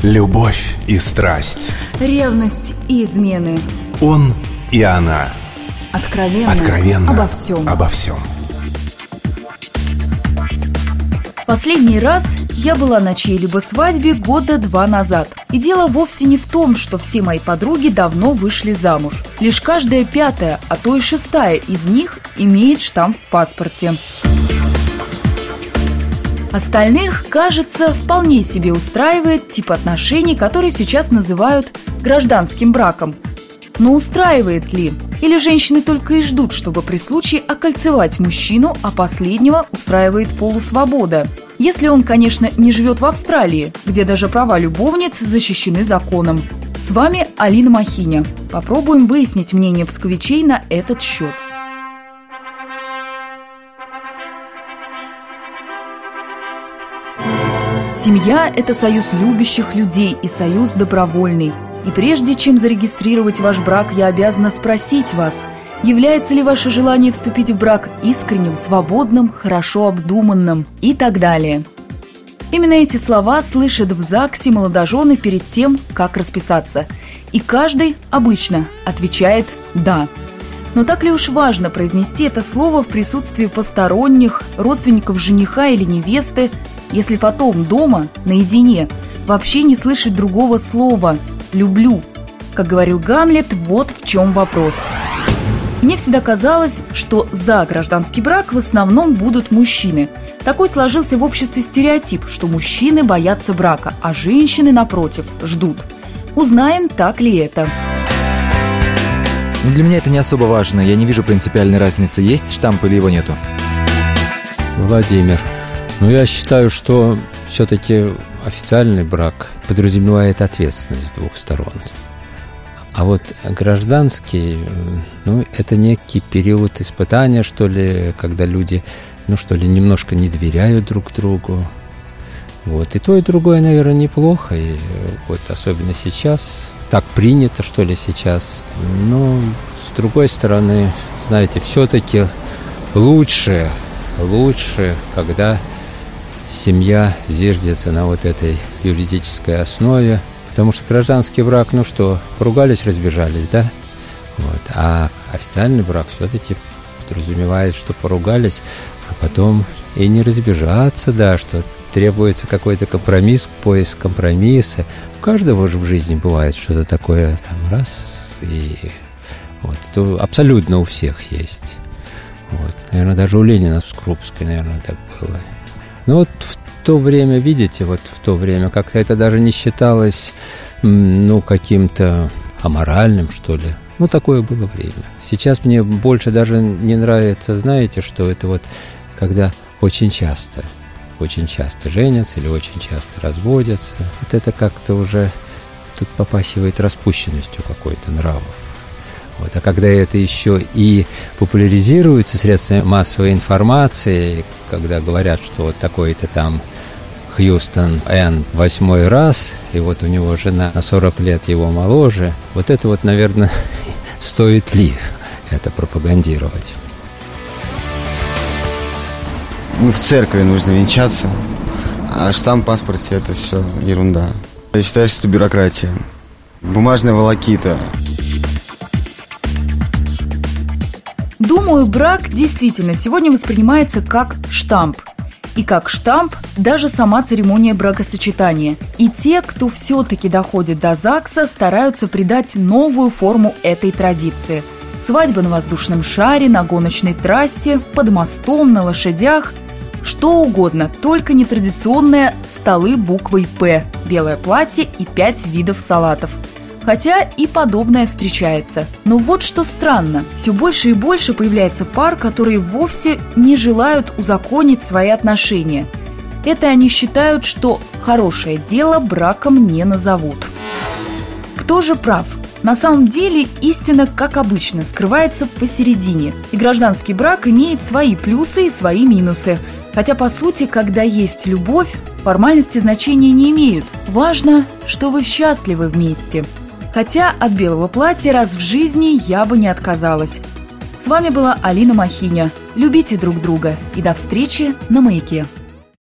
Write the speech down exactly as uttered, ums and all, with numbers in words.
Любовь и страсть. Ревность и измены. Он и она. Откровенно, Откровенно обо всем. Обо всем. Последний раз я была на чьей-либо свадьбе года два назад. И дело вовсе не в том, что все мои подруги давно вышли замуж. Лишь каждая пятая, а то и шестая из них имеет штамп в паспорте. Остальных, кажется, вполне себе устраивает тип отношений, который сейчас называют гражданским браком. Но устраивает ли? Или женщины только и ждут, чтобы при случае окольцевать мужчину, а последнего устраивает полусвобода? Если он, конечно, не живет в Австралии, где даже права любовниц защищены законом. С вами Алина Махиня. Попробуем выяснить мнение псковичей на этот счет. Семья – это союз любящих людей и союз добровольный. И прежде чем зарегистрировать ваш брак, я обязана спросить вас, является ли ваше желание вступить в брак искренним, свободным, хорошо обдуманным и так далее. Именно эти слова слышат в ЗАГСе молодожены перед тем, как расписаться. И каждый обычно отвечает «да». Но так ли уж важно произнести это слово в присутствии посторонних, родственников жениха или невесты, если потом дома, наедине, вообще не слышать другого слова «люблю». Как говорил Гамлет, вот в чем вопрос. Мне всегда казалось, что за гражданский брак в основном будут мужчины. Такой сложился в обществе стереотип, что мужчины боятся брака, а женщины, напротив, ждут. Узнаем, так ли это. Для меня это не особо важно. Я не вижу принципиальной разницы, есть штамп или его нету. Владимир, ну я считаю, что все-таки официальный брак подразумевает ответственность с двух сторон. А вот гражданский, ну, это некий период испытания, что ли, когда люди, ну, что ли, немножко не доверяют друг другу. Вот. И то, и другое, наверное, неплохо. И вот особенно сейчас. Так принято, что ли, сейчас. Но, с другой стороны, знаете, все-таки лучше, лучше, когда семья зиждется на вот этой юридической основе. Потому что гражданский брак, ну что, поругались, разбежались, да? Вот. А официальный брак все-таки подразумевает, что поругались, а потом и не разбежаться, да, что требуется какой-то компромисс, поиск компромисса. У каждого же в жизни бывает что-то такое, там, раз, и вот. Это абсолютно у всех есть. Вот. Наверное, даже у Ленина в Крупской, наверное, так было. Ну вот в то время, видите, вот в то время как-то это даже не считалось, ну, каким-то аморальным, что ли. Ну, такое было время. Сейчас мне больше даже не нравится, знаете, что это вот, когда очень часто, очень часто женятся или очень часто разводятся. Вот это как-то уже тут попахивает распущенностью какой-то нравов. Вот. А когда это еще и популяризируется средствами массовой информации, когда говорят, что вот такой-то там Хьюстон Н. восьмой раз, и вот у него жена на сорок лет его моложе, вот это вот, наверное, стоит ли это пропагандировать? Ну, в церкви нужно венчаться, а штамп в паспорте – это все ерунда. Я считаю, что это бюрократия, бумажная волокита. Думаю, брак действительно сегодня воспринимается как штамп. И как штамп даже сама церемония бракосочетания. И те, кто все-таки доходит до ЗАГСа, стараются придать новую форму этой традиции. Свадьба на воздушном шаре, на гоночной трассе, под мостом, на лошадях. Что угодно, только не традиционные столы буквой «П», белое платье и пять видов салатов. Хотя и подобное встречается. Но вот что странно. Все больше и больше появляется пар, которые вовсе не желают узаконить свои отношения. Это они считают, что хорошее дело браком не назовут. Кто же прав? На самом деле истина, как обычно, скрывается посередине. И гражданский брак имеет свои плюсы и свои минусы. Хотя, по сути, когда есть любовь, формальности значения не имеют. Важно, что вы счастливы вместе. Хотя от белого платья раз в жизни я бы не отказалась. С вами была Алина Махиня. Любите друг друга и до встречи на Маяке.